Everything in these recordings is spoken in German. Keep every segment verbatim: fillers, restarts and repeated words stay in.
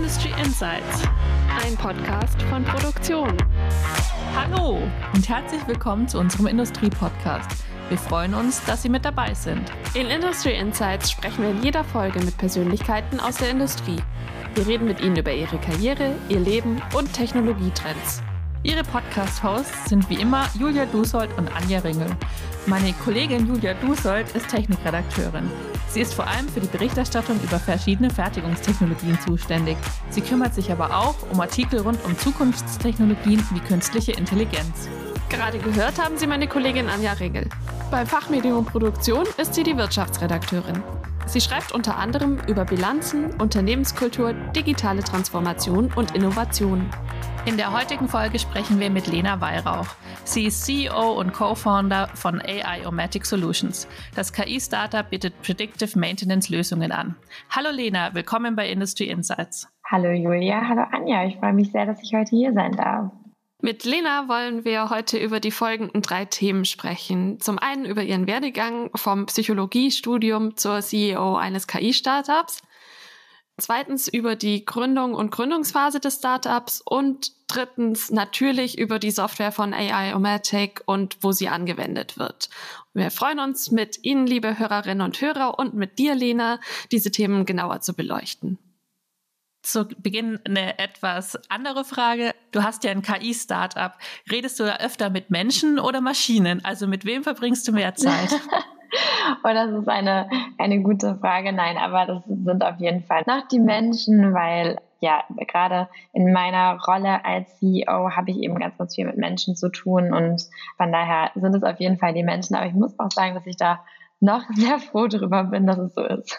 Industry Insights, ein Podcast von Produktion. Hallo und herzlich willkommen zu unserem Industrie-Podcast. Wir freuen uns, dass Sie mit dabei sind. In Industry Insights sprechen wir in jeder Folge mit Persönlichkeiten aus der Industrie. Wir reden mit ihnen über ihre Karriere, ihr Leben und Technologietrends. Ihre Podcast-Hosts sind wie immer Julia Dusold und Anja Ringel. Meine Kollegin Julia Dusold ist Technikredakteurin. Sie ist vor allem für die Berichterstattung über verschiedene Fertigungstechnologien zuständig. Sie kümmert sich aber auch um Artikel rund um Zukunftstechnologien wie künstliche Intelligenz. Gerade gehört haben Sie meine Kollegin Anja Ringel. Beim Fachmedium Produktion ist sie die Wirtschaftsredakteurin. Sie schreibt unter anderem über Bilanzen, Unternehmenskultur, digitale Transformation und Innovation. In der heutigen Folge sprechen wir mit Lena Weihrauch. Sie ist C E O und Co-Founder von A I-O-Matic Solutions. Das K I-Startup bietet Predictive Maintenance-Lösungen an. Hallo Lena, willkommen bei Industry Insights. Hallo Julia, hallo Anja. Ich freue mich sehr, dass ich heute hier sein darf. Mit Lena wollen wir heute über die folgenden drei Themen sprechen. Zum einen über ihren Werdegang vom Psychologiestudium zur C E O eines K I-Startups. Zweitens über die Gründung und Gründungsphase des Startups und drittens natürlich über die Software von A I-O-Matic und wo sie angewendet wird. Wir freuen uns, mit Ihnen, liebe Hörerinnen und Hörer, und mit dir, Lena, diese Themen genauer zu beleuchten. Zu Beginn eine etwas andere Frage. Du hast ja ein K I-Startup. Redest du da öfter mit Menschen oder Maschinen? Also mit wem verbringst du mehr Zeit? Oh, das ist eine, eine gute Frage. Nein, aber das sind auf jeden Fall noch die Menschen, weil ja, gerade in meiner Rolle als C E O habe ich eben ganz, ganz viel mit Menschen zu tun und von daher sind es auf jeden Fall die Menschen. Aber ich muss auch sagen, dass ich da noch sehr froh darüber bin, dass es so ist.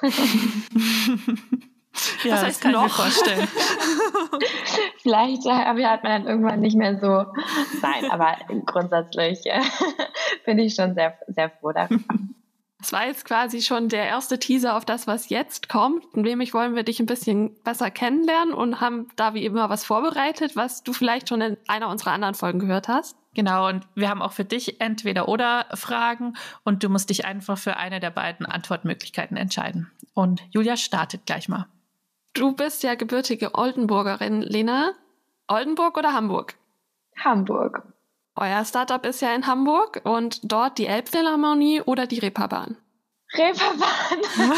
Ja, das, das kann noch? Ich mir vorstellen. Vielleicht äh, hat man dann irgendwann nicht mehr so. Nein, aber grundsätzlich äh, bin ich schon sehr, sehr froh darüber. Das war jetzt quasi schon der erste Teaser auf das, was jetzt kommt. Nämlich wollen wir dich ein bisschen besser kennenlernen und haben da wie immer was vorbereitet, was du vielleicht schon in einer unserer anderen Folgen gehört hast. Genau, und wir haben auch für dich Entweder-oder-Fragen und du musst dich einfach für eine der beiden Antwortmöglichkeiten entscheiden. Und Julia startet gleich mal. Du bist ja gebürtige Oldenburgerin, Lena. Oldenburg oder Hamburg? Hamburg. Euer Startup ist ja in Hamburg und dort die Elbphilharmonie oder die Reeperbahn? Reeperbahn.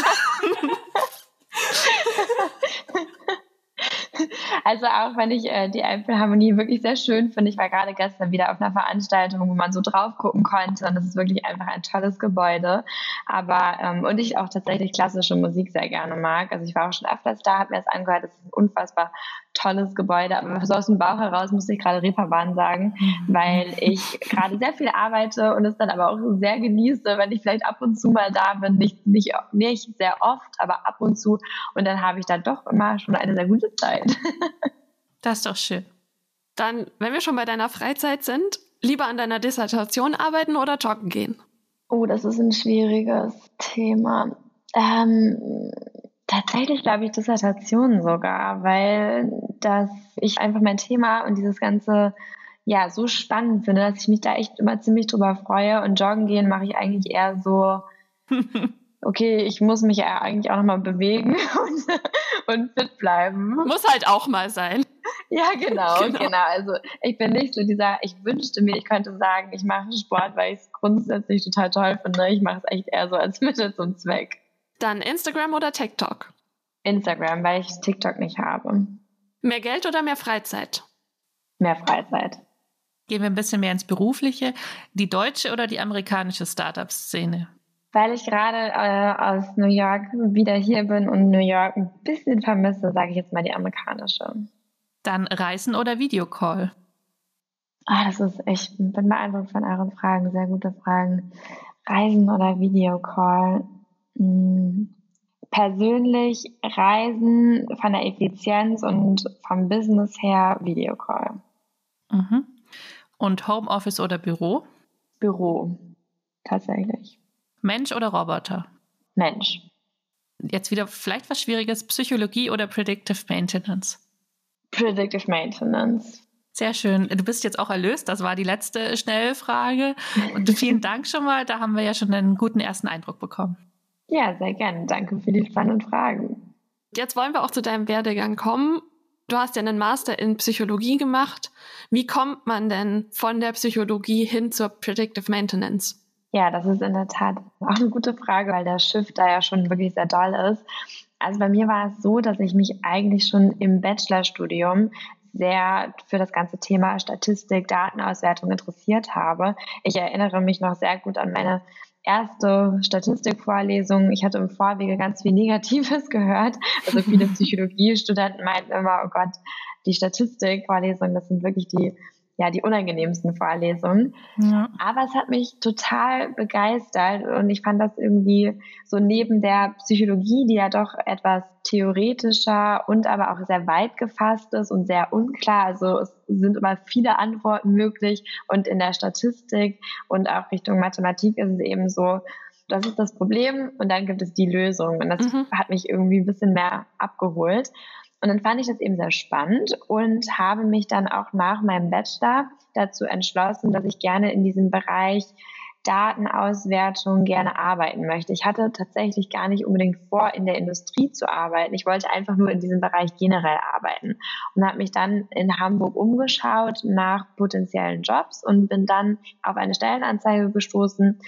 Also auch wenn ich äh, die Elbphilharmonie wirklich sehr schön finde. Ich war gerade gestern wieder auf einer Veranstaltung, wo man so drauf gucken konnte und das ist wirklich einfach ein tolles Gebäude. Aber ähm, und ich auch tatsächlich klassische Musik sehr gerne mag. Also ich war auch schon öfters da, habe mir das angehört. Das ist ein unfassbar tolles Gebäude. Aber so aus dem Bauch heraus musste ich gerade Reeperbahn sagen, weil ich gerade sehr viel arbeite und es dann aber auch sehr genieße, wenn ich vielleicht ab und zu mal da bin. Nicht, nicht, nicht sehr oft, aber ab und zu. Und dann habe ich da doch immer schon eine sehr gute Zeit. Das ist doch schön. Dann, wenn wir schon bei deiner Freizeit sind, lieber an deiner Dissertation arbeiten oder joggen gehen? Oh, das ist ein schwieriges Thema. Ähm, tatsächlich glaube ich Dissertation sogar, weil das ich einfach mein Thema und dieses ganze ja so spannend finde, dass ich mich da echt immer ziemlich drüber freue. Und joggen gehen mache ich eigentlich eher so, okay, ich muss mich ja eigentlich auch nochmal bewegen und, und fit bleiben. Muss halt auch mal sein. Ja, genau, genau, genau. Also ich bin nicht so dieser, ich wünschte mir, ich könnte sagen, ich mache Sport, weil ich es grundsätzlich total toll finde. Ich mache es echt eher so als Mittel zum Zweck. Dann Instagram oder TikTok? Instagram, weil ich TikTok nicht habe. Mehr Geld oder mehr Freizeit? Mehr Freizeit. Gehen wir ein bisschen mehr ins Berufliche. Die deutsche oder die amerikanische Startup-Szene? Weil ich gerade äh, aus New York wieder hier bin und New York ein bisschen vermisse, sage ich jetzt mal die amerikanische. Dann Reisen oder Videocall? Ah, das ist echt, ich bin beeindruckt von euren Fragen, sehr gute Fragen. Reisen oder Videocall? Hm. Persönlich Reisen von der Effizienz und vom Business her Videocall. Mhm. Und Homeoffice oder Büro? Büro, tatsächlich. Mensch oder Roboter? Mensch. Jetzt wieder vielleicht was Schwieriges, Psychologie oder Predictive Maintenance? Predictive Maintenance. Sehr schön. Du bist jetzt auch erlöst. Das war die letzte Schnellfrage. Und vielen Dank schon mal. Da haben wir ja schon einen guten ersten Eindruck bekommen. Ja, sehr gerne. Danke für die spannenden Fragen. Jetzt wollen wir auch zu deinem Werdegang kommen. Du hast ja einen Master in Psychologie gemacht. Wie kommt man denn von der Psychologie hin zur Predictive Maintenance? Ja, das ist in der Tat auch eine gute Frage, weil der Shift da ja schon wirklich sehr doll ist. Also bei mir war es so, dass ich mich eigentlich schon im Bachelorstudium sehr für das ganze Thema Statistik, Datenauswertung interessiert habe. Ich erinnere mich noch sehr gut an meine erste Statistikvorlesung. Ich hatte im Vorwege ganz viel Negatives gehört. Also viele Psychologiestudenten meinten immer, oh Gott, die Statistikvorlesungen, das sind wirklich die ja die unangenehmsten Vorlesungen. Ja. Aber es hat mich total begeistert und ich fand das irgendwie so neben der Psychologie, die ja doch etwas theoretischer und aber auch sehr weit gefasst ist und sehr unklar. Also es sind immer viele Antworten möglich und in der Statistik und auch Richtung Mathematik ist es eben so, das ist das Problem und dann gibt es die Lösung und das mhm. hat mich irgendwie ein bisschen mehr abgeholt. Und dann fand ich das eben sehr spannend und habe mich dann auch nach meinem Bachelor dazu entschlossen, dass ich gerne in diesem Bereich Datenauswertung gerne arbeiten möchte. Ich hatte tatsächlich gar nicht unbedingt vor, in der Industrie zu arbeiten. Ich wollte einfach nur in diesem Bereich generell arbeiten und habe mich dann in Hamburg umgeschaut nach potenziellen Jobs und bin dann auf eine Stellenanzeige gestoßen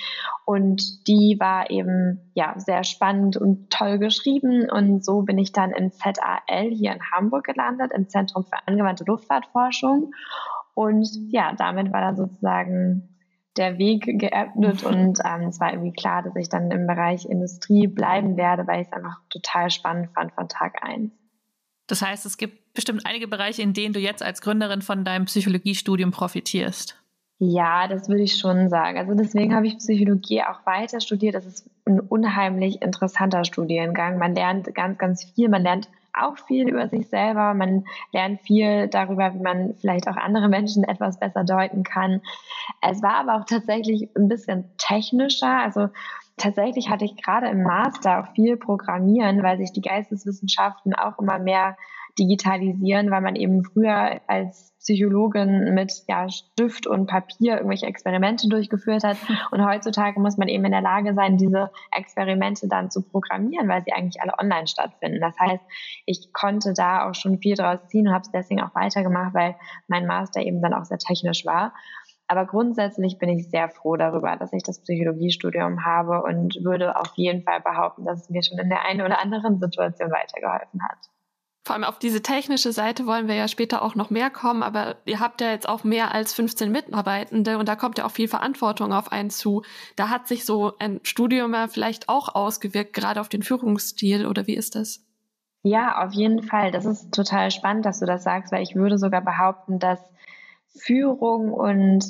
und die war eben ja sehr spannend und toll geschrieben und so bin ich dann im Z A L hier in Hamburg gelandet, im Zentrum für angewandte Luftfahrtforschung und ja, damit war da sozusagen der Weg geöffnet und ähm, es war irgendwie klar, dass ich dann im Bereich Industrie bleiben werde, weil ich es einfach total spannend fand von Tag eins. Das heißt, es gibt bestimmt einige Bereiche, in denen du jetzt als Gründerin von deinem Psychologiestudium profitierst. Ja, das würde ich schon sagen. Also deswegen habe ich Psychologie auch weiter studiert. Das ist ein unheimlich interessanter Studiengang. Man lernt ganz, ganz viel. Man lernt auch viel über sich selber. Man lernt viel darüber, wie man vielleicht auch andere Menschen etwas besser deuten kann. Es war aber auch tatsächlich ein bisschen technischer. Also tatsächlich hatte ich gerade im Master auch viel Programmieren, weil sich die Geisteswissenschaften auch immer mehr digitalisieren, weil man eben früher als Psychologin mit ja, Stift und Papier irgendwelche Experimente durchgeführt hat. Und heutzutage muss man eben in der Lage sein, diese Experimente dann zu programmieren, weil sie eigentlich alle online stattfinden. Das heißt, ich konnte da auch schon viel draus ziehen und habe es deswegen auch weitergemacht, weil mein Master eben dann auch sehr technisch war. Aber grundsätzlich bin ich sehr froh darüber, dass ich das Psychologiestudium habe und würde auf jeden Fall behaupten, dass es mir schon in der einen oder anderen Situation weitergeholfen hat. Vor allem auf diese technische Seite wollen wir ja später auch noch mehr kommen, aber ihr habt ja jetzt auch mehr als fünfzehn Mitarbeitende und da kommt ja auch viel Verantwortung auf einen zu. Da hat sich so ein Studium ja vielleicht auch ausgewirkt, gerade auf den Führungsstil, oder wie ist das? Ja, auf jeden Fall. Das ist total spannend, dass du das sagst, weil ich würde sogar behaupten, dass Führung und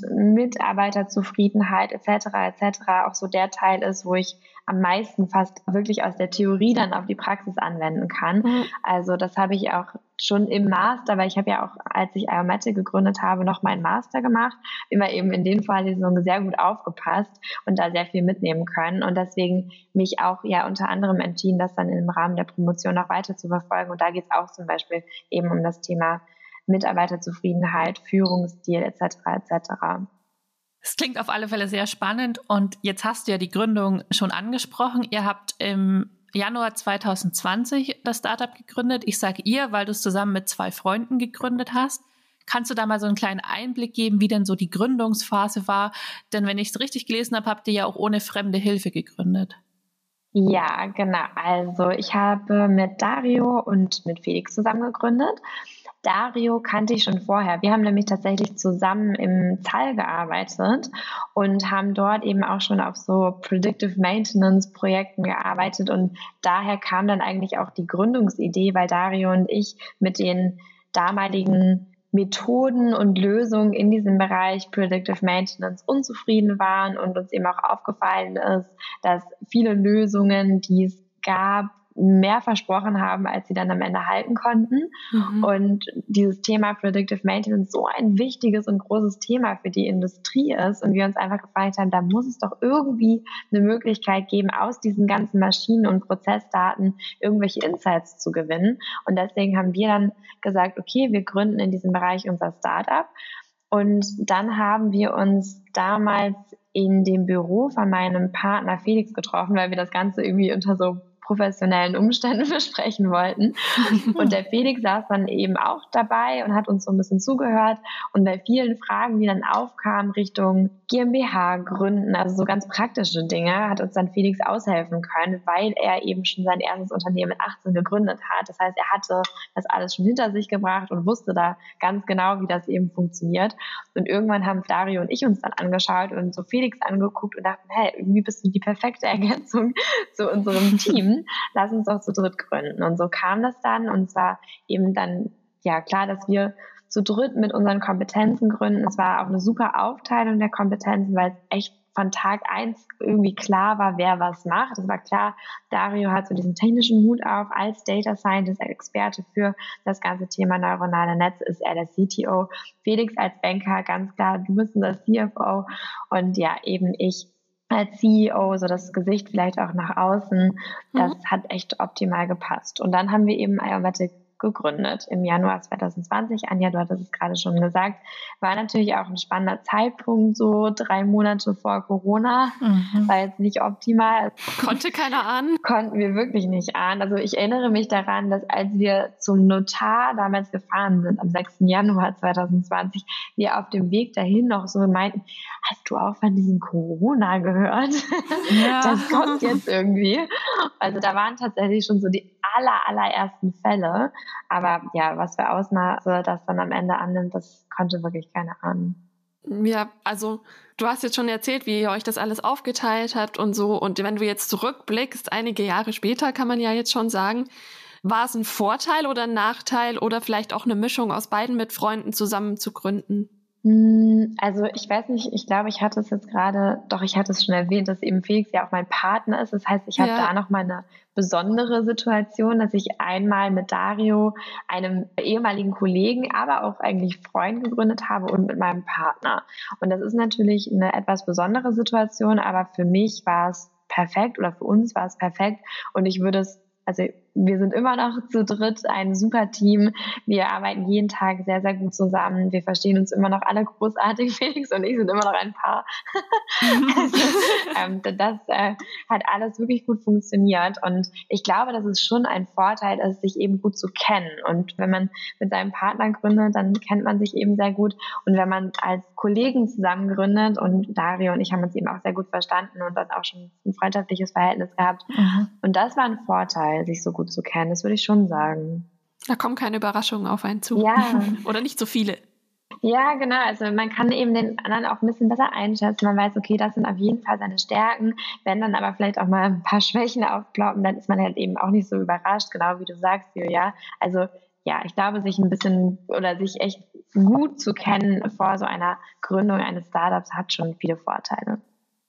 Mitarbeiterzufriedenheit et cetera et cetera auch so der Teil ist, wo ich am meisten fast wirklich aus der Theorie dann auf die Praxis anwenden kann. Mhm. Also das habe ich auch schon im Master, weil ich habe ja auch, als ich Iomatic gegründet habe, noch meinen Master gemacht, immer eben in den Vorlesungen sehr gut aufgepasst und da sehr viel mitnehmen können und deswegen mich auch ja unter anderem entschieden, das dann im Rahmen der Promotion noch weiter zu verfolgen und da geht es auch zum Beispiel eben um das Thema Mitarbeiterzufriedenheit, Führungsstil et cetera et cetera. Es klingt auf alle Fälle sehr spannend und jetzt hast du ja die Gründung schon angesprochen. Ihr habt im Januar zwanzig zwanzig das Startup gegründet. Ich sage ihr, weil du es zusammen mit zwei Freunden gegründet hast. Kannst du da mal so einen kleinen Einblick geben, wie denn so die Gründungsphase war? Denn wenn ich es richtig gelesen habe, habt ihr ja auch ohne fremde Hilfe gegründet. Ja, genau. Also ich habe mit Dario und mit Felix zusammen gegründet. Dario kannte ich schon vorher. Wir haben nämlich tatsächlich zusammen im Z A L gearbeitet und haben dort eben auch schon auf so Predictive Maintenance Projekten gearbeitet und daher kam dann eigentlich auch die Gründungsidee, weil Dario und ich mit den damaligen Methoden und Lösungen in diesem Bereich Predictive Maintenance unzufrieden waren und uns eben auch aufgefallen ist, dass viele Lösungen, die es gab, mehr versprochen haben, als sie dann am Ende halten konnten. Mhm. Und dieses Thema Predictive Maintenance so ein wichtiges und großes Thema für die Industrie ist und wir uns einfach gefragt haben, da muss es doch irgendwie eine Möglichkeit geben, aus diesen ganzen Maschinen- und Prozessdaten irgendwelche Insights zu gewinnen. Und deswegen haben wir dann gesagt, okay, wir gründen in diesem Bereich unser Startup. Und dann haben wir uns damals in dem Büro von meinem Partner Felix getroffen, weil wir das Ganze irgendwie unter so professionellen Umständen besprechen wollten. Und der Felix saß dann eben auch dabei und hat uns so ein bisschen zugehört. Und bei vielen Fragen, die dann aufkamen Richtung GmbH gründen, also so ganz praktische Dinge, hat uns dann Felix aushelfen können, weil er eben schon sein erstes Unternehmen mit achtzehn gegründet hat. Das heißt, er hatte das alles schon hinter sich gebracht und wusste da ganz genau, wie das eben funktioniert. Und irgendwann haben Dario und ich uns dann angeschaut und so Felix angeguckt und dachten, hey, irgendwie bist du die perfekte Ergänzung zu unserem Team. Lass uns doch zu dritt gründen. Und so kam das dann und es war eben dann ja klar, dass wir zu dritt mit unseren Kompetenzen gründen. Es war auch eine super Aufteilung der Kompetenzen, weil es echt von Tag eins irgendwie klar war, wer was macht. Es war klar, Dario hat so diesen technischen Hut auf. Als Data Scientist, Experte für das ganze Thema neuronale Netze ist er der C T O. Felix als Banker, ganz klar, du bist unser C F O. Und ja, eben ich als C E O, so das Gesicht vielleicht auch nach außen. Das mhm. hat echt optimal gepasst. Und dann haben wir eben Iomatic gegründet im Januar zwanzig zwanzig. Anja, du hattest es gerade schon gesagt, war natürlich auch ein spannender Zeitpunkt, so drei Monate vor Corona, mhm. war jetzt nicht optimal. Konnte keiner ahnen? Konnten wir wirklich nicht ahnen. Also ich erinnere mich daran, dass als wir zum Notar damals gefahren sind, am sechsten Januar zwanzig zwanzig, wir auf dem Weg dahin noch so meinten, hast du auch von diesem Corona gehört? Ja. Das kommt jetzt irgendwie. Also da waren tatsächlich schon so die aller, allerersten Fälle. Aber ja, was für Ausmaße das dann am Ende annimmt, das konnte wirklich keiner ahnen. Ja, also du hast jetzt schon erzählt, wie ihr euch das alles aufgeteilt habt und so. Und wenn du jetzt zurückblickst, einige Jahre später, kann man ja jetzt schon sagen, war es ein Vorteil oder ein Nachteil oder vielleicht auch eine Mischung aus beiden mit Freunden zusammen zu gründen? Also ich weiß nicht, ich glaube, ich hatte es jetzt gerade, doch ich hatte es schon erwähnt, dass eben Felix ja auch mein Partner ist. Das heißt, ich habe ja. da nochmal eine besondere Situation, dass ich einmal mit Dario, einem ehemaligen Kollegen, aber auch eigentlich Freund gegründet habe und mit meinem Partner. Und das ist natürlich eine etwas besondere Situation, aber für mich war es perfekt oder für uns war es perfekt und ich würde es, also wir sind immer noch zu dritt ein super Team. Wir arbeiten jeden Tag sehr, sehr gut zusammen. Wir verstehen uns immer noch alle großartig. Felix und ich sind immer noch ein Paar. also, ähm, das äh, hat alles wirklich gut funktioniert. Und ich glaube, dass es schon ein Vorteil ist, sich eben gut zu kennen. Und wenn man mit seinem Partner gründet, dann kennt man sich eben sehr gut. Und wenn man als Kollegen zusammen gründet, und Dario und ich haben uns eben auch sehr gut verstanden und dann auch schon ein freundschaftliches Verhältnis gehabt. Mhm. Und das war ein Vorteil, sich so gut zu kennen, das würde ich schon sagen. Da kommen keine Überraschungen auf einen zu. Ja. Oder nicht so viele. Ja, genau. Also man kann eben den anderen auch ein bisschen besser einschätzen. Man weiß, okay, das sind auf jeden Fall seine Stärken. Wenn dann aber vielleicht auch mal ein paar Schwächen aufploppen, dann ist man halt eben auch nicht so überrascht, genau wie du sagst, Julia. Also ja, ich glaube, sich ein bisschen oder sich echt gut zu kennen vor so einer Gründung eines Startups hat schon viele Vorteile.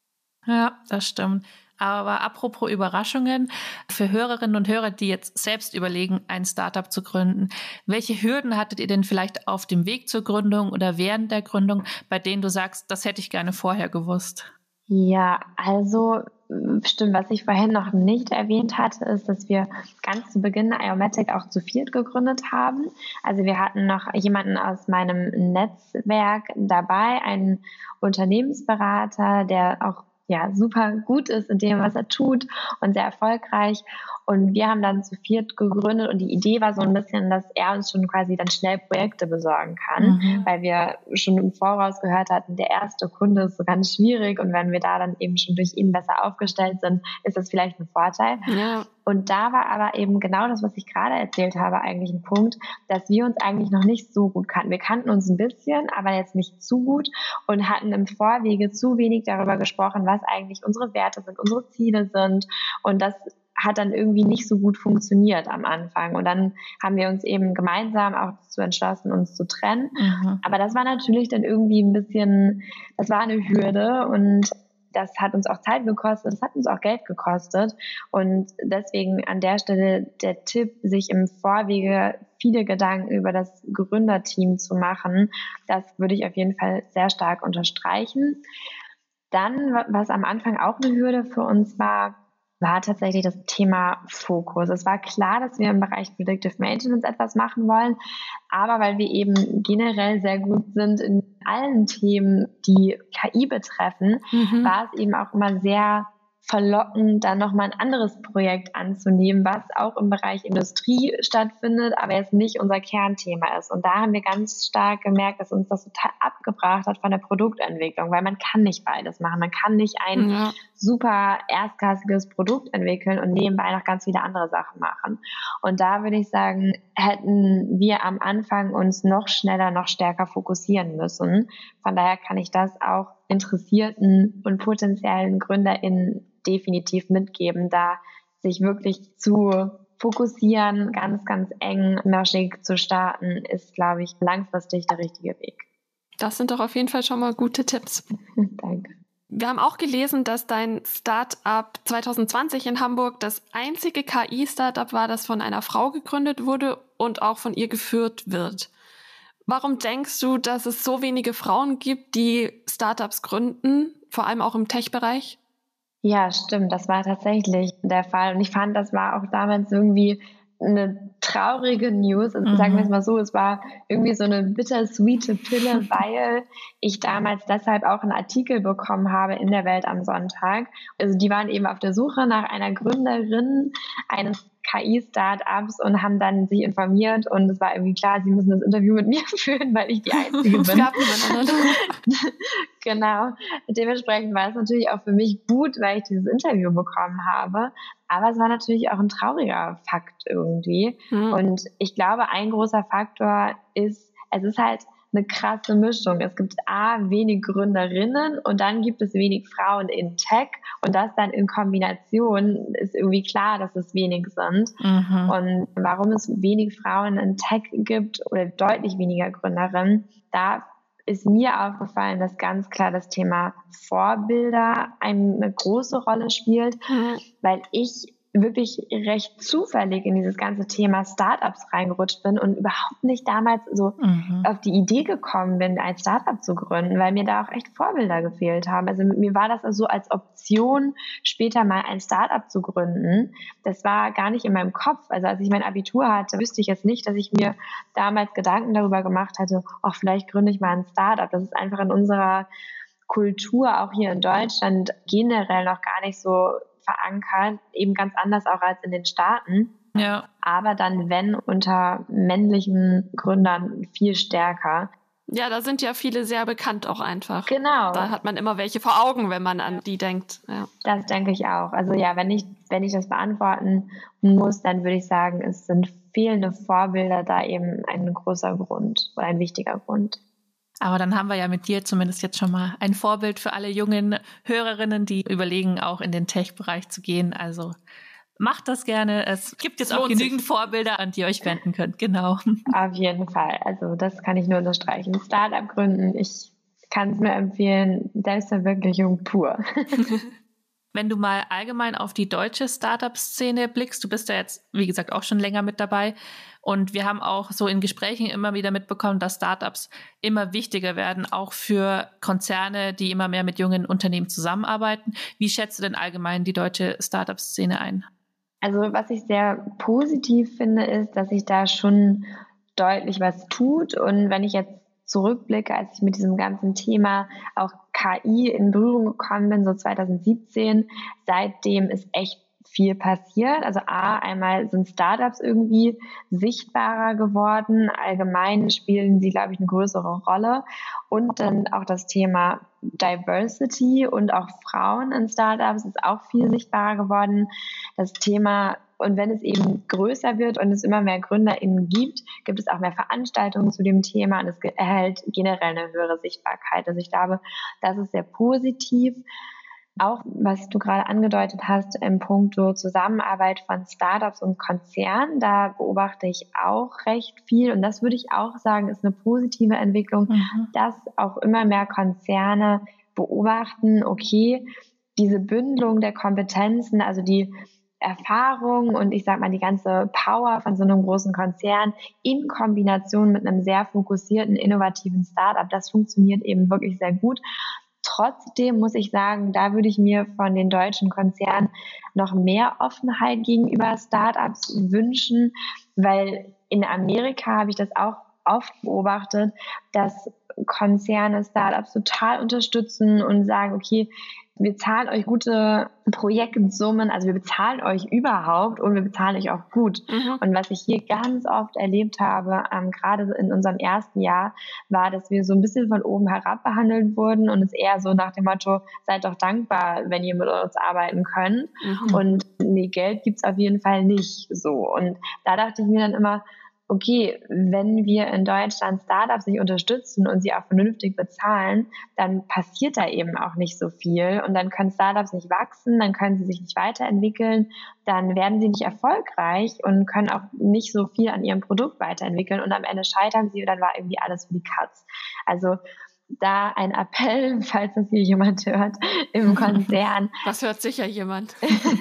Ja, das stimmt. Aber apropos Überraschungen, für Hörerinnen und Hörer, die jetzt selbst überlegen, ein Startup zu gründen, welche Hürden hattet ihr denn vielleicht auf dem Weg zur Gründung oder während der Gründung, bei denen du sagst, das hätte ich gerne vorher gewusst? Ja, also stimmt, was ich vorhin noch nicht erwähnt hatte, ist, dass wir ganz zu Beginn Iomatic auch zu viert gegründet haben. Also wir hatten noch jemanden aus meinem Netzwerk dabei, einen Unternehmensberater, der auch ja, super gut ist in dem, was er tut und sehr erfolgreich. Und wir haben dann zu viert gegründet und die Idee war so ein bisschen, dass er uns schon quasi dann schnell Projekte besorgen kann, mhm. weil wir schon im Voraus gehört hatten, der erste Kunde ist so ganz schwierig und wenn wir da dann eben schon durch ihn besser aufgestellt sind, ist das vielleicht ein Vorteil. Ja. Und da war aber eben genau das, was ich gerade erzählt habe, eigentlich ein Punkt, dass wir uns eigentlich noch nicht so gut kannten. Wir kannten uns ein bisschen, aber jetzt nicht zu gut und hatten im Vorwege zu wenig darüber gesprochen, was eigentlich unsere Werte sind, unsere Ziele sind. Und das hat dann irgendwie nicht so gut funktioniert am Anfang. Und dann haben wir uns eben gemeinsam auch dazu entschlossen, uns zu trennen. Mhm. Aber das war natürlich dann irgendwie ein bisschen, das war eine Hürde und das hat uns auch Zeit gekostet, das hat uns auch Geld gekostet und deswegen an der Stelle der Tipp, sich im Vorwege viele Gedanken über das Gründerteam zu machen, das würde ich auf jeden Fall sehr stark unterstreichen. Dann, was am Anfang auch eine Hürde für uns war, war tatsächlich das Thema Fokus. Es war klar, dass wir im Bereich Predictive Maintenance etwas machen wollen, aber weil wir eben generell sehr gut sind in allen Themen, die K I betreffen, mhm. war es eben auch immer sehr verlockend, dann nochmal ein anderes Projekt anzunehmen, was auch im Bereich Industrie stattfindet, aber jetzt nicht unser Kernthema ist. Und da haben wir ganz stark gemerkt, dass uns das total abgebracht hat von der Produktentwicklung, weil man kann nicht beides machen. Man kann nicht ein ja. super erstklassiges Produkt entwickeln und nebenbei noch ganz viele andere Sachen machen. Und da würde ich sagen, hätten wir am Anfang uns noch schneller, noch stärker fokussieren müssen. Von daher kann ich das auch interessierten und potenziellen GründerInnen definitiv mitgeben, da sich wirklich zu fokussieren, ganz, ganz eng maschig zu starten, ist, glaube ich, langfristig der richtige Weg. Das sind doch auf jeden Fall schon mal gute Tipps. Danke. Wir haben auch gelesen, dass dein Start-up zwanzig zwanzig in Hamburg das einzige K I-Startup war, das von einer Frau gegründet wurde und auch von ihr geführt wird. Warum denkst du, dass es so wenige Frauen gibt, die Startups gründen, vor allem auch im Tech-Bereich? Ja, stimmt. Das war tatsächlich der Fall. Und ich fand, das war auch damals irgendwie eine traurige News. Also, mhm. Sagen wir es mal so, es war irgendwie so eine bittersweete Pille, weil ich damals deshalb auch einen Artikel bekommen habe in der Welt am Sonntag. Also die waren eben auf der Suche nach einer Gründerin eines K I-Startups und haben dann sich informiert und es war irgendwie klar, sie müssen das Interview mit mir führen, weil ich die Einzige bin. Es gab Genau. Dementsprechend war es natürlich auch für mich gut, weil ich dieses Interview bekommen habe. Aber es war natürlich auch ein trauriger Fakt irgendwie. Mhm. Und ich glaube, ein großer Faktor ist, es ist halt eine krasse Mischung. Es gibt A, wenig Gründerinnen und dann gibt es wenig Frauen in Tech und das dann in Kombination ist irgendwie klar, dass es wenig sind. Mhm. Und warum es wenig Frauen in Tech gibt oder deutlich weniger Gründerinnen, da ist mir aufgefallen, dass ganz klar das Thema Vorbilder eine große Rolle spielt, mhm. weil ich wirklich recht zufällig in dieses ganze Thema Startups reingerutscht bin und überhaupt nicht damals so mhm. auf die Idee gekommen bin, ein Startup zu gründen, weil mir da auch echt Vorbilder gefehlt haben. Also mir war das also als Option, später mal ein Startup zu gründen. Das war gar nicht in meinem Kopf. Also als ich mein Abitur hatte, wüsste ich jetzt nicht, dass ich mir damals Gedanken darüber gemacht hatte, ach, vielleicht gründe ich mal ein Startup. Das ist einfach in unserer Kultur, auch hier in Deutschland, generell noch gar nicht so verankert, eben ganz anders auch als in den Staaten. Ja. Aber dann, wenn, unter männlichen Gründern viel stärker. Ja, da sind ja viele sehr bekannt auch einfach. Genau. Da hat man immer welche vor Augen, wenn man an die denkt. Ja. Das denke ich auch. Also ja, wenn ich, wenn ich das beantworten muss, dann würde ich sagen, es sind fehlende Vorbilder da eben ein großer Grund oder ein wichtiger Grund. Aber dann haben wir ja mit dir zumindest jetzt schon mal ein Vorbild für alle jungen Hörerinnen, die überlegen, auch in den Tech-Bereich zu gehen. Also macht das gerne. Es gibt jetzt auch genügend sich. Vorbilder, an die ihr euch wenden könnt. Genau. Auf jeden Fall. Also das kann ich nur unterstreichen. Startup gründen, ich kann es nur empfehlen. Selbstverwirklichung pur. Wenn du mal allgemein auf die deutsche Startup-Szene blickst, du bist ja jetzt, wie gesagt, auch schon länger mit dabei. Und wir haben auch so in Gesprächen immer wieder mitbekommen, dass Startups immer wichtiger werden, auch für Konzerne, die immer mehr mit jungen Unternehmen zusammenarbeiten. Wie schätzt du denn allgemein die deutsche Startup-Szene ein? Also was ich sehr positiv finde, ist, dass sich da schon deutlich was tut. Und wenn ich jetzt zurückblicke, als ich mit diesem ganzen Thema auch K I in Berührung gekommen bin, so zwanzig siebzehn, seitdem ist echt viel passiert. Also A, einmal sind Startups irgendwie sichtbarer geworden. Allgemein spielen sie, glaube ich, eine größere Rolle. Und dann auch das Thema Diversity und auch Frauen in Startups ist auch viel sichtbarer geworden. Das Thema, und wenn es eben größer wird und es immer mehr GründerInnen gibt, gibt es auch mehr Veranstaltungen zu dem Thema und es erhält generell eine höhere Sichtbarkeit. Also ich glaube, das ist sehr positiv. Auch, was du gerade angedeutet hast, im Punkto Zusammenarbeit von Startups und Konzernen, da beobachte ich auch recht viel. Und das würde ich auch sagen, ist eine positive Entwicklung, mhm. dass auch immer mehr Konzerne beobachten, okay, diese Bündelung der Kompetenzen, also die Erfahrung und ich sag mal die ganze Power von so einem großen Konzern in Kombination mit einem sehr fokussierten, innovativen Startup, das funktioniert eben wirklich sehr gut. Trotzdem muss ich sagen, da würde ich mir von den deutschen Konzernen noch mehr Offenheit gegenüber Startups wünschen, weil in Amerika habe ich das auch oft beobachtet, dass Konzerne Startups total unterstützen und sagen, okay, wir zahlen euch gute Projektsummen, also wir bezahlen euch überhaupt und wir bezahlen euch auch gut. Mhm. Und was ich hier ganz oft erlebt habe, ähm, gerade in unserem ersten Jahr, war, dass wir so ein bisschen von oben herab behandelt wurden und es eher so nach dem Motto, seid doch dankbar, wenn ihr mit uns arbeiten könnt. Mhm. Und nee, Geld gibt's auf jeden Fall nicht so. Und da dachte ich mir dann immer, okay, wenn wir in Deutschland Startups nicht unterstützen und sie auch vernünftig bezahlen, dann passiert da eben auch nicht so viel und dann können Startups nicht wachsen, dann können sie sich nicht weiterentwickeln, dann werden sie nicht erfolgreich und können auch nicht so viel an ihrem Produkt weiterentwickeln und am Ende scheitern sie und dann war irgendwie alles für die Katz. Also da ein Appell, falls das hier jemand hört, im Konzern. Das hört sicher jemand.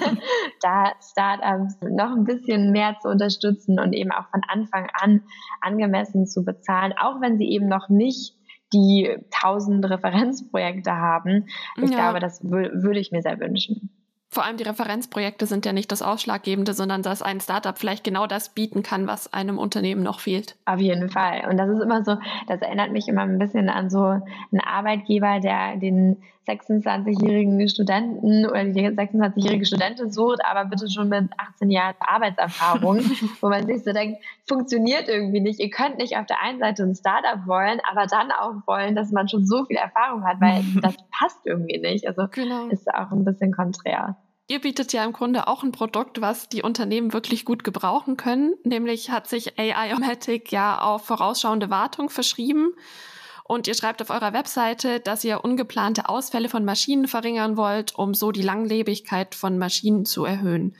Da Startups noch ein bisschen mehr zu unterstützen und eben auch von Anfang an angemessen zu bezahlen, auch wenn sie eben noch nicht die tausend Referenzprojekte haben. Ich ja. glaube, das w- würde ich mir sehr wünschen. Vor allem die Referenzprojekte sind ja nicht das Ausschlaggebende, sondern dass ein Startup vielleicht genau das bieten kann, was einem Unternehmen noch fehlt. Auf jeden Fall. Und das ist immer so, das erinnert mich immer ein bisschen an so einen Arbeitgeber, der den sechsundzwanzigjährigen Studenten oder die sechsundzwanzigjährige Studentin sucht, aber bitte schon mit achtzehn Jahren Arbeitserfahrung, wo man sich so denkt, funktioniert irgendwie nicht. Ihr könnt nicht auf der einen Seite ein Startup wollen, aber dann auch wollen, dass man schon so viel Erfahrung hat, weil das passt irgendwie nicht. Also genau. Ist auch ein bisschen konträr. Ihr bietet ja im Grunde auch ein Produkt, was die Unternehmen wirklich gut gebrauchen können. Nämlich hat sich A I-O-Matic ja auf vorausschauende Wartung verschrieben. Und ihr schreibt auf eurer Webseite, dass ihr ungeplante Ausfälle von Maschinen verringern wollt, um so die Langlebigkeit von Maschinen zu erhöhen.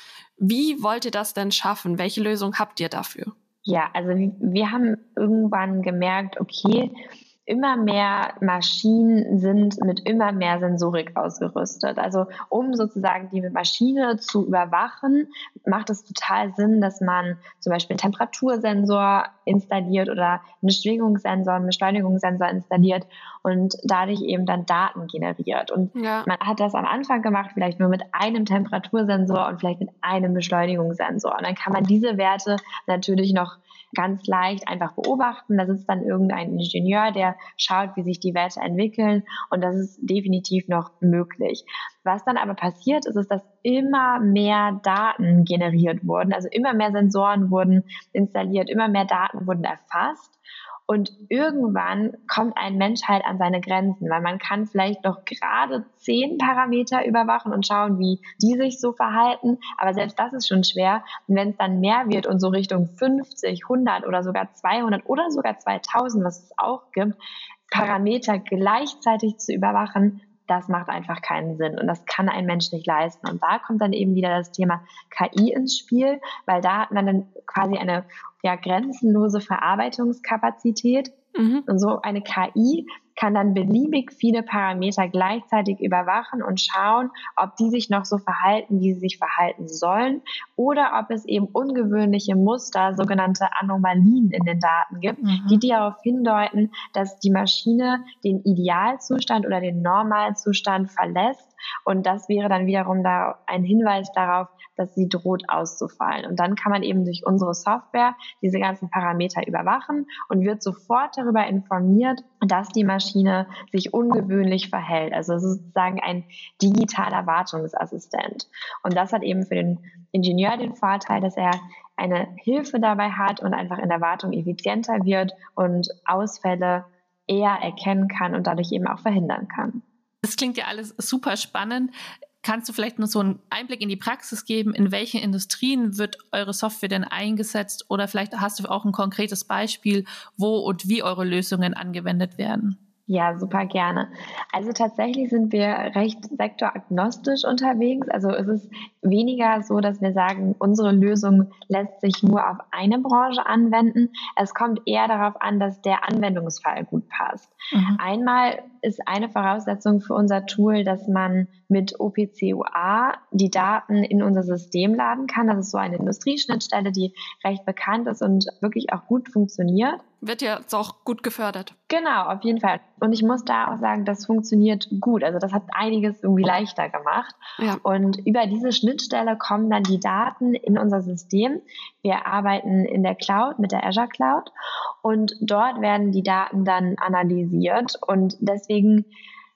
Wie wollt ihr das denn schaffen? Welche Lösung habt ihr dafür? Ja, also wir haben irgendwann gemerkt, okay, immer mehr Maschinen sind mit immer mehr Sensorik ausgerüstet. Also um sozusagen die Maschine zu überwachen, macht es total Sinn, dass man zum Beispiel einen Temperatursensor installiert oder einen Schwingungssensor, einen Beschleunigungssensor installiert und dadurch eben dann Daten generiert. Und ja. man hat das am Anfang gemacht, vielleicht nur mit einem Temperatursensor und vielleicht mit einem Beschleunigungssensor. Und dann kann man diese Werte natürlich noch ganz leicht einfach beobachten. Da sitzt dann irgendein Ingenieur, der schaut, wie sich die Werte entwickeln und das ist definitiv noch möglich. Was dann aber passiert ist, ist, dass immer mehr Daten generiert wurden, also immer mehr Sensoren wurden installiert, immer mehr Daten wurden erfasst. Und irgendwann kommt ein Mensch halt an seine Grenzen, weil man kann vielleicht noch gerade zehn Parameter überwachen und schauen, wie die sich so verhalten. Aber selbst das ist schon schwer. Und wenn es dann mehr wird und so Richtung fünfzig, hundert oder sogar zweihundert oder sogar zweitausend, was es auch gibt, Parameter gleichzeitig zu überwachen, das macht einfach keinen Sinn und das kann ein Mensch nicht leisten. Und da kommt dann eben wieder das Thema K I ins Spiel, weil da hat man dann quasi eine ja, grenzenlose Verarbeitungskapazität. Mhm. Und so eine K I kann dann beliebig viele Parameter gleichzeitig überwachen und schauen, ob die sich noch so verhalten, wie sie sich verhalten sollen oder ob es eben ungewöhnliche Muster, sogenannte Anomalien in den Daten gibt, mhm. die darauf hindeuten, dass die Maschine den Idealzustand oder den Normalzustand verlässt. Und das wäre dann wiederum da ein Hinweis darauf, dass sie droht auszufallen. Und dann kann man eben durch unsere Software diese ganzen Parameter überwachen und wird sofort darüber informiert, dass die Maschine sich ungewöhnlich verhält. Also sozusagen ein digitaler Wartungsassistent. Und das hat eben für den Ingenieur den Vorteil, dass er eine Hilfe dabei hat und einfach in der Wartung effizienter wird und Ausfälle eher erkennen kann und dadurch eben auch verhindern kann. Das klingt ja alles super spannend. Kannst du vielleicht nur so einen Einblick in die Praxis geben? In welchen Industrien wird eure Software denn eingesetzt? Oder vielleicht hast du auch ein konkretes Beispiel, wo und wie eure Lösungen angewendet werden? Ja, super gerne. Also tatsächlich sind wir recht sektoragnostisch unterwegs. Also es ist weniger so, dass wir sagen, unsere Lösung lässt sich nur auf eine Branche anwenden. Es kommt eher darauf an, dass der Anwendungsfall gut passt. Mhm. Einmal ist eine Voraussetzung für unser Tool, dass man mit O P C U A die Daten in unser System laden kann. Das ist so eine Industrieschnittstelle, die recht bekannt ist und wirklich auch gut funktioniert. Wird ja jetzt auch gut gefördert. Genau, auf jeden Fall. Und ich muss da auch sagen, das funktioniert gut. Also das hat einiges irgendwie leichter gemacht. Ja. Und über diese Schnittstelle kommen dann die Daten in unser System. Wir arbeiten in der Cloud, mit der Azure Cloud. Und dort werden die Daten dann analysiert. Und deswegen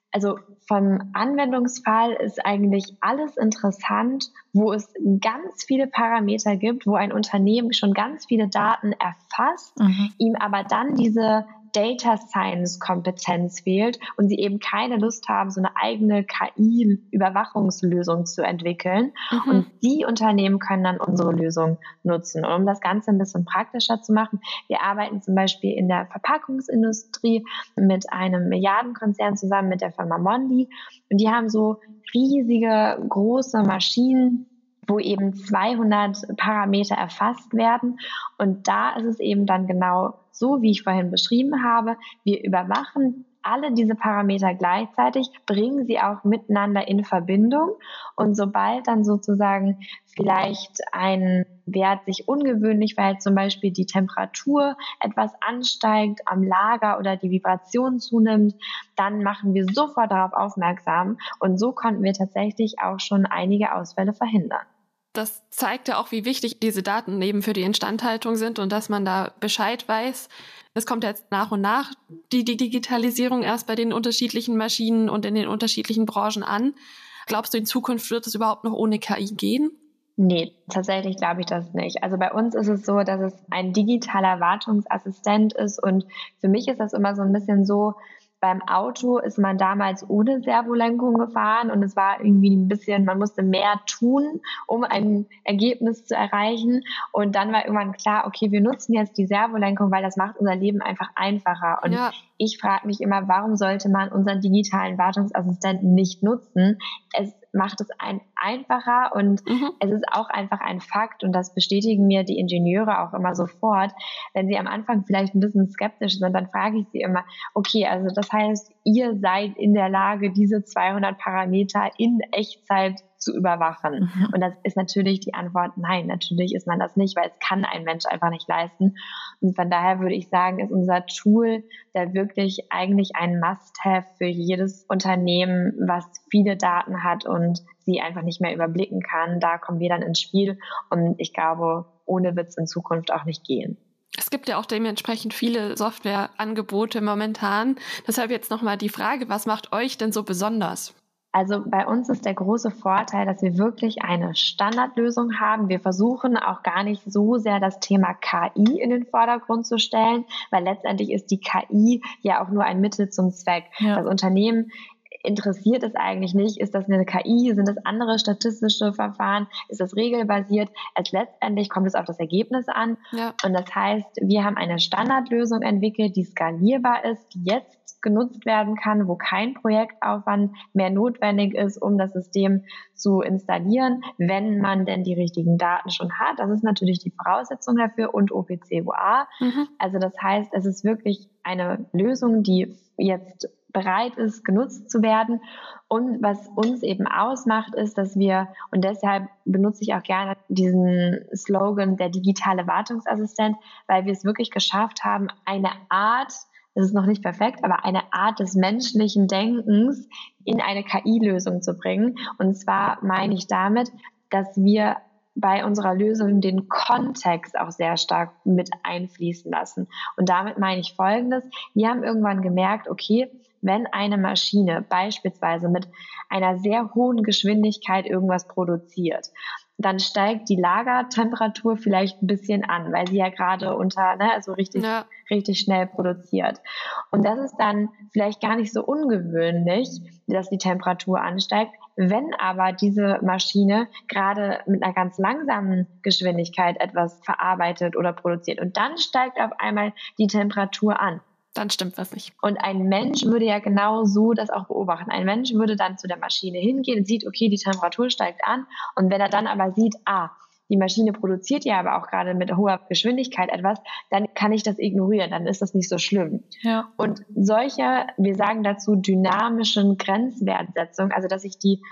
Also vom Anwendungsfall ist eigentlich alles interessant, wo es ganz viele Parameter gibt, wo ein Unternehmen schon ganz viele Daten erfasst, mhm. ihm aber dann diese Data Science Kompetenz fehlt und sie eben keine Lust haben, so eine eigene K I-Überwachungslösung zu entwickeln. Mhm. Und die Unternehmen können dann unsere Lösung nutzen. Und um das Ganze ein bisschen praktischer zu machen, wir arbeiten zum Beispiel in der Verpackungsindustrie mit einem Milliardenkonzern zusammen mit der Firma Mondi. Und die haben so riesige, große Maschinen, wo eben zweihundert Parameter erfasst werden. Und da ist es eben dann genau so, wie ich vorhin beschrieben habe. Wir überwachen alle diese Parameter gleichzeitig, bringen sie auch miteinander in Verbindung. Und sobald dann sozusagen vielleicht ein Wert sich ungewöhnlich verhält, zum Beispiel die Temperatur etwas ansteigt am Lager oder die Vibration zunimmt, dann machen wir sofort darauf aufmerksam. Und so konnten wir tatsächlich auch schon einige Ausfälle verhindern. Das zeigt ja auch, wie wichtig diese Daten eben für die Instandhaltung sind und dass man da Bescheid weiß. Es kommt jetzt nach und nach die Digitalisierung erst bei den unterschiedlichen Maschinen und in den unterschiedlichen Branchen an. Glaubst du, in Zukunft wird es überhaupt noch ohne K I gehen? Nee, tatsächlich glaube ich das nicht. Also bei uns ist es so, dass es ein digitaler Wartungsassistent ist und für mich ist das immer so ein bisschen so, beim Auto ist man damals ohne Servolenkung gefahren und es war irgendwie ein bisschen, man musste mehr tun, um ein Ergebnis zu erreichen. Und dann war irgendwann klar, okay, wir nutzen jetzt die Servolenkung, weil das macht unser Leben einfach einfacher. Und ja. ich frage mich immer, warum sollte man unseren digitalen Wartungsassistenten nicht nutzen? Es macht es ein einfacher und mhm. es ist auch einfach ein Fakt und das bestätigen mir die Ingenieure auch immer sofort. Wenn sie am Anfang vielleicht ein bisschen skeptisch sind, dann frage ich sie immer, okay, also das heißt, ihr seid in der Lage, diese zweihundert Parameter in Echtzeit zu überwachen. Mhm. Und das ist natürlich die Antwort, nein, natürlich ist man das nicht, weil es kann ein Mensch einfach nicht leisten. Und von daher würde ich sagen, ist unser Tool da wirklich eigentlich ein Must-have für jedes Unternehmen, was viele Daten hat und sie einfach nicht mehr überblicken kann. Da kommen wir dann ins Spiel und ich glaube, ohne Witz in Zukunft auch nicht gehen. Es gibt ja auch dementsprechend viele Softwareangebote momentan. Deshalb jetzt nochmal die Frage, was macht euch denn so besonders? Also bei uns ist der große Vorteil, dass wir wirklich eine Standardlösung haben. Wir versuchen auch gar nicht so sehr das Thema K I in den Vordergrund zu stellen, weil letztendlich ist die K I ja auch nur ein Mittel zum Zweck. Ja. Das Unternehmen interessiert es eigentlich nicht, ist das eine K I, sind das andere statistische Verfahren, ist das regelbasiert? Als letztendlich kommt es auf das Ergebnis an. Ja. Und das heißt, wir haben eine Standardlösung entwickelt, die skalierbar ist, die jetzt genutzt werden kann, wo kein Projektaufwand mehr notwendig ist, um das System zu installieren, wenn man denn die richtigen Daten schon hat. Das ist natürlich die Voraussetzung dafür und O P C U A. Mhm. Also das heißt, es ist wirklich eine Lösung, die jetzt bereit ist, genutzt zu werden. Und was uns eben ausmacht, ist, dass wir, und deshalb benutze ich auch gerne diesen Slogan, der digitale Wartungsassistent, weil wir es wirklich geschafft haben, eine Art, das ist noch nicht perfekt, aber eine Art des menschlichen Denkens in eine K I-Lösung zu bringen. Und zwar meine ich damit, dass wir bei unserer Lösung den Kontext auch sehr stark mit einfließen lassen. Und damit meine ich Folgendes. Wir haben irgendwann gemerkt, okay, wenn eine Maschine beispielsweise mit einer sehr hohen Geschwindigkeit irgendwas produziert, dann steigt die Lagertemperatur vielleicht ein bisschen an, weil sie ja gerade unter, ne, also richtig, ja. richtig schnell produziert. Und das ist dann vielleicht gar nicht so ungewöhnlich, dass die Temperatur ansteigt. Wenn aber diese Maschine gerade mit einer ganz langsamen Geschwindigkeit etwas verarbeitet oder produziert und dann steigt auf einmal die Temperatur an, dann stimmt was nicht. Und ein Mensch würde ja genau so das auch beobachten. Ein Mensch würde dann zu der Maschine hingehen und sieht, okay, die Temperatur steigt an. Und wenn er dann aber sieht, ah, die Maschine produziert ja aber auch gerade mit hoher Geschwindigkeit etwas, dann kann ich das ignorieren, dann ist das nicht so schlimm. Ja. Und solche, wir sagen dazu dynamischen Grenzwertsetzung, also dass ich die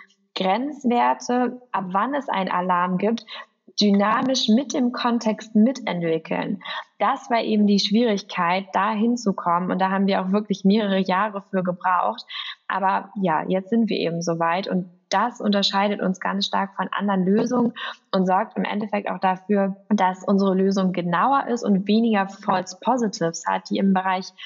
Grenzwerte, ab wann es einen Alarm gibt, dynamisch mit dem Kontext mitentwickeln. Das war eben die Schwierigkeit, da hinzukommen. Und da haben wir auch wirklich mehrere Jahre für gebraucht. Aber ja, jetzt sind wir eben soweit. Und das unterscheidet uns ganz stark von anderen Lösungen und sorgt im Endeffekt auch dafür, dass unsere Lösung genauer ist und weniger False Positives hat, die im Bereich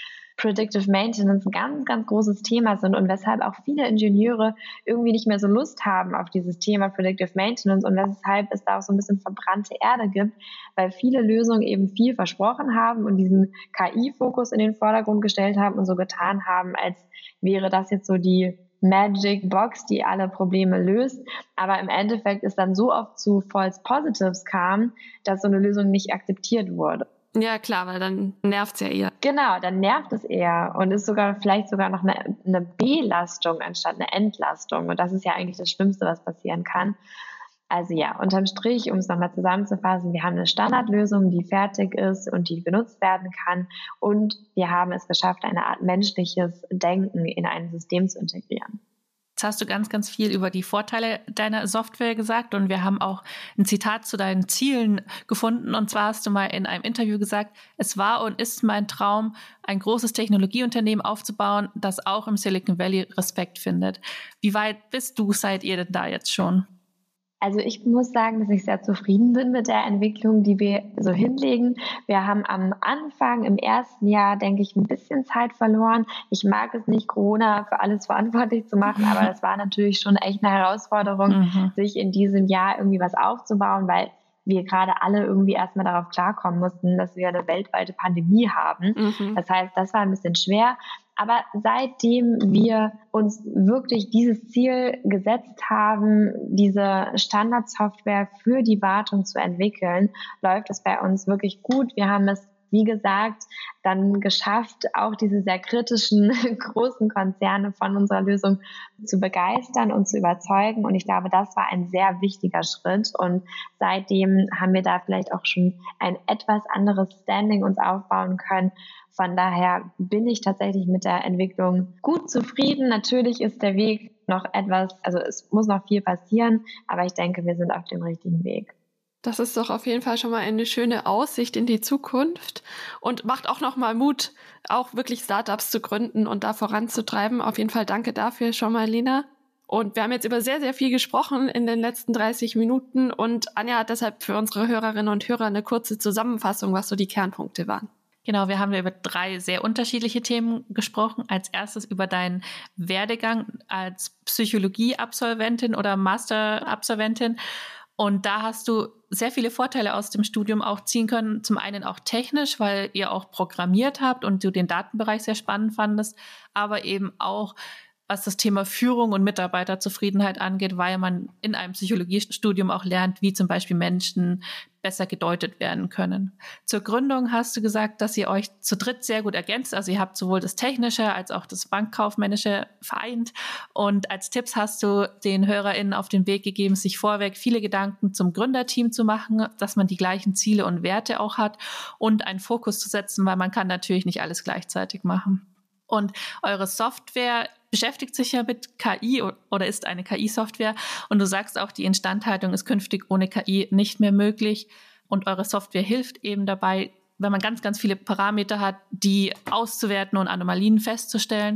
Predictive Maintenance ein ganz, ganz großes Thema sind und weshalb auch viele Ingenieure irgendwie nicht mehr so Lust haben auf dieses Thema Predictive Maintenance und weshalb es da auch so ein bisschen verbrannte Erde gibt, weil viele Lösungen eben viel versprochen haben und diesen K I-Fokus in den Vordergrund gestellt haben und so getan haben, als wäre das jetzt so die Magic Box, die alle Probleme löst. Aber im Endeffekt ist dann so oft zu False Positives kam, dass so eine Lösung nicht akzeptiert wurde. Ja, klar, weil dann nervt es ja eher. Genau, dann nervt es eher und ist sogar vielleicht sogar noch eine, eine Belastung anstatt eine Entlastung. Und das ist ja eigentlich das Schlimmste, was passieren kann. Also ja, unterm Strich, um es nochmal zusammenzufassen, wir haben eine Standardlösung, die fertig ist und die genutzt werden kann. Und wir haben es geschafft, eine Art menschliches Denken in ein System zu integrieren. Jetzt hast du ganz, ganz viel über die Vorteile deiner Software gesagt und wir haben auch ein Zitat zu deinen Zielen gefunden. Und zwar hast du mal in einem Interview gesagt, es war und ist mein Traum, ein großes Technologieunternehmen aufzubauen, das auch im Silicon Valley Respekt findet. Wie weit bist du, seid ihr denn da jetzt schon? Also ich muss sagen, dass ich sehr zufrieden bin mit der Entwicklung, die wir so hinlegen. Wir haben am Anfang, im ersten Jahr, denke ich, ein bisschen Zeit verloren. Ich mag es nicht, Corona für alles verantwortlich zu machen, aber das war natürlich schon echt eine Herausforderung, mhm. sich in diesem Jahr irgendwie was aufzubauen, weil wir gerade alle irgendwie erstmal darauf klarkommen mussten, dass wir eine weltweite Pandemie haben. Mhm. Das heißt, das war ein bisschen schwer. Aber seitdem wir uns wirklich dieses Ziel gesetzt haben, diese Standardsoftware für die Wartung zu entwickeln, läuft es bei uns wirklich gut. Wir haben es, wie gesagt, dann geschafft, auch diese sehr kritischen großen Konzerne von unserer Lösung zu begeistern und zu überzeugen. Und ich glaube, das war ein sehr wichtiger Schritt. Und seitdem haben wir da vielleicht auch schon ein etwas anderes Standing uns aufbauen können. Von daher bin ich tatsächlich mit der Entwicklung gut zufrieden. Natürlich ist der Weg noch etwas, also es muss noch viel passieren, aber ich denke, wir sind auf dem richtigen Weg. Das ist doch auf jeden Fall schon mal eine schöne Aussicht in die Zukunft und macht auch noch mal Mut, auch wirklich Startups zu gründen und da voranzutreiben. Auf jeden Fall danke dafür schon mal, Lena. Und wir haben jetzt über sehr, sehr viel gesprochen in den letzten dreißig Minuten und Anja hat deshalb für unsere Hörerinnen und Hörer eine kurze Zusammenfassung, was so die Kernpunkte waren. Genau, wir haben über drei sehr unterschiedliche Themen gesprochen. Als erstes über deinen Werdegang als Psychologie-Absolventin oder Master-Absolventin. Und da hast du sehr viele Vorteile aus dem Studium auch ziehen können. Zum einen auch technisch, weil ihr auch programmiert habt und du den Datenbereich sehr spannend fandest, aber eben auch was das Thema Führung und Mitarbeiterzufriedenheit angeht, weil man in einem Psychologiestudium auch lernt, wie zum Beispiel Menschen besser gedeutet werden können. Zur Gründung hast du gesagt, dass ihr euch zu dritt sehr gut ergänzt. Also ihr habt sowohl das Technische als auch das Bankkaufmännische vereint. Und als Tipps hast du den HörerInnen auf den Weg gegeben, sich vorweg viele Gedanken zum Gründerteam zu machen, dass man die gleichen Ziele und Werte auch hat und einen Fokus zu setzen, weil man kann natürlich nicht alles gleichzeitig machen. Und eure Software beschäftigt sich ja mit K I oder ist eine K I-Software. Und du sagst auch, die Instandhaltung ist künftig ohne K I nicht mehr möglich. Und eure Software hilft eben dabei, wenn man ganz, ganz viele Parameter hat, die auszuwerten und Anomalien festzustellen.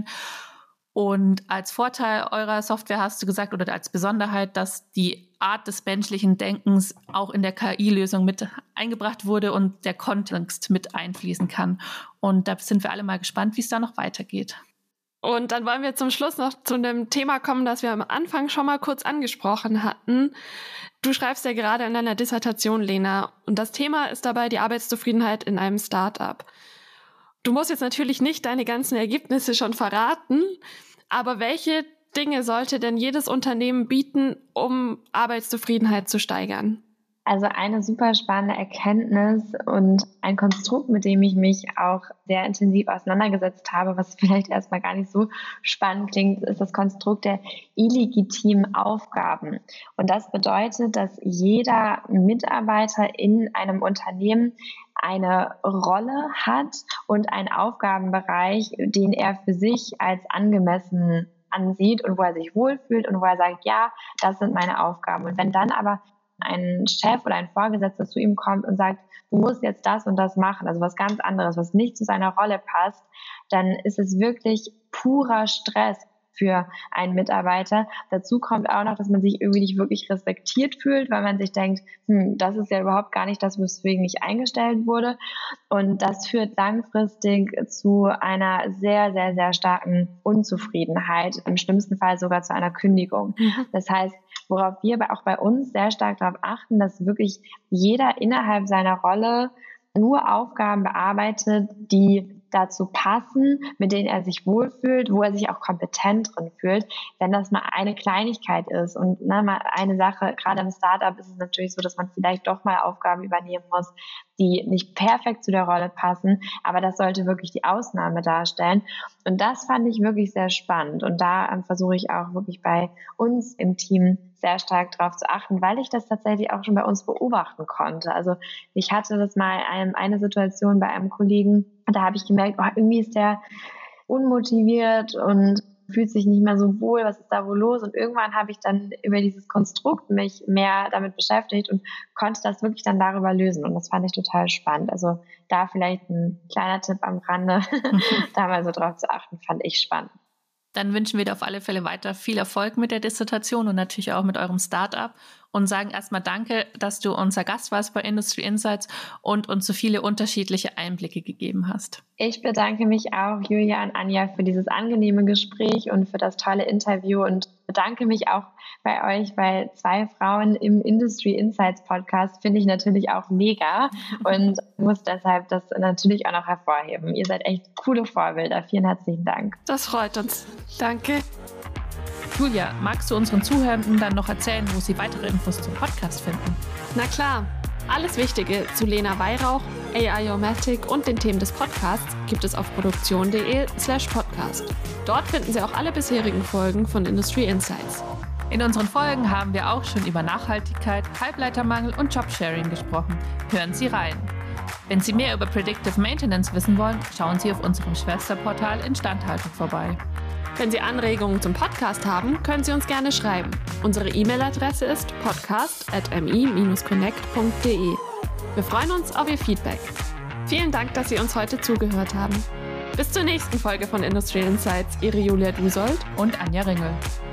Und als Vorteil eurer Software hast du gesagt, oder als Besonderheit, dass die Art des menschlichen Denkens auch in der K I-Lösung mit eingebracht wurde und der Kontext mit einfließen kann. Und da sind wir alle mal gespannt, wie es da noch weitergeht. Und dann wollen wir zum Schluss noch zu einem Thema kommen, das wir am Anfang schon mal kurz angesprochen hatten. Du schreibst ja gerade in deiner Dissertation, Lena, und das Thema ist dabei die Arbeitszufriedenheit in einem Startup. Du musst jetzt natürlich nicht deine ganzen Ergebnisse schon verraten, aber welche Dinge sollte denn jedes Unternehmen bieten, um Arbeitszufriedenheit zu steigern? Also eine super spannende Erkenntnis und ein Konstrukt, mit dem ich mich auch sehr intensiv auseinandergesetzt habe, was vielleicht erstmal gar nicht so spannend klingt, ist das Konstrukt der illegitimen Aufgaben. Und das bedeutet, dass jeder Mitarbeiter in einem Unternehmen eine Rolle hat und einen Aufgabenbereich, den er für sich als angemessen ansieht und wo er sich wohlfühlt und wo er sagt, ja, das sind meine Aufgaben. Und wenn dann aber ein Chef oder ein Vorgesetzter zu ihm kommt und sagt, du musst jetzt das und das machen, also was ganz anderes, was nicht zu seiner Rolle passt, dann ist es wirklich purer Stress. für einen Mitarbeiter. Dazu kommt auch noch, dass man sich irgendwie nicht wirklich respektiert fühlt, weil man sich denkt, hm, das ist ja überhaupt gar nicht das, weswegen ich eingestellt wurde. Und das führt langfristig zu einer sehr, sehr, sehr starken Unzufriedenheit, im schlimmsten Fall sogar zu einer Kündigung. Mhm. Das heißt, worauf wir auch bei uns sehr stark darauf achten, dass wirklich jeder innerhalb seiner Rolle nur Aufgaben bearbeitet, die dazu passen, mit denen er sich wohlfühlt, wo er sich auch kompetent drin fühlt. Wenn das mal eine Kleinigkeit ist und ne, mal eine Sache, gerade im Startup ist es natürlich so, dass man vielleicht doch mal Aufgaben übernehmen muss, die nicht perfekt zu der Rolle passen, aber das sollte wirklich die Ausnahme darstellen. Und das fand ich wirklich sehr spannend. Und da ähm, versuche ich auch wirklich bei uns im Team sehr stark darauf zu achten, weil ich das tatsächlich auch schon bei uns beobachten konnte. Also ich hatte das mal ein, eine Situation bei einem Kollegen, da habe ich gemerkt, oh, irgendwie ist der unmotiviert und fühlt sich nicht mehr so wohl, was ist da wohl los? Und irgendwann habe ich dann über dieses Konstrukt mich mehr damit beschäftigt und konnte das wirklich dann darüber lösen. Und das fand ich total spannend. Also da vielleicht ein kleiner Tipp am Rande, da mal so drauf zu achten, fand ich spannend. Dann wünschen wir dir auf alle Fälle weiter viel Erfolg mit der Dissertation und natürlich auch mit eurem Startup und sagen erstmal Danke, dass du unser Gast warst bei Industry Insights und uns so viele unterschiedliche Einblicke gegeben hast. Ich bedanke mich auch, Julia und Anja, für dieses angenehme Gespräch und für das tolle Interview und bedanke mich auch bei euch, weil zwei Frauen im Industry Insights Podcast finde ich natürlich auch mega und muss deshalb das natürlich auch noch hervorheben. Ihr seid echt coole Vorbilder. Vielen herzlichen Dank. Das freut uns. Danke. Julia, magst du unseren Zuhörenden dann noch erzählen, wo sie weitere Infos zum Podcast finden? Na klar. Alles Wichtige zu Lena Weihrauch, A I-O-Matic und den Themen des Podcasts gibt es auf produktion.de slash podcast. Dort finden Sie auch alle bisherigen Folgen von Industry Insights. In unseren Folgen haben wir auch schon über Nachhaltigkeit, Halbleitermangel und Jobsharing gesprochen. Hören Sie rein. Wenn Sie mehr über Predictive Maintenance wissen wollen, schauen Sie auf unserem Schwesterportal Instandhaltung vorbei. Wenn Sie Anregungen zum Podcast haben, können Sie uns gerne schreiben. Unsere E-Mail-Adresse ist podcast at m i dash connect punkt d e. Wir freuen uns auf Ihr Feedback. Vielen Dank, dass Sie uns heute zugehört haben. Bis zur nächsten Folge von Industry Insights, Ihre Julia Dusold und Anja Ringel.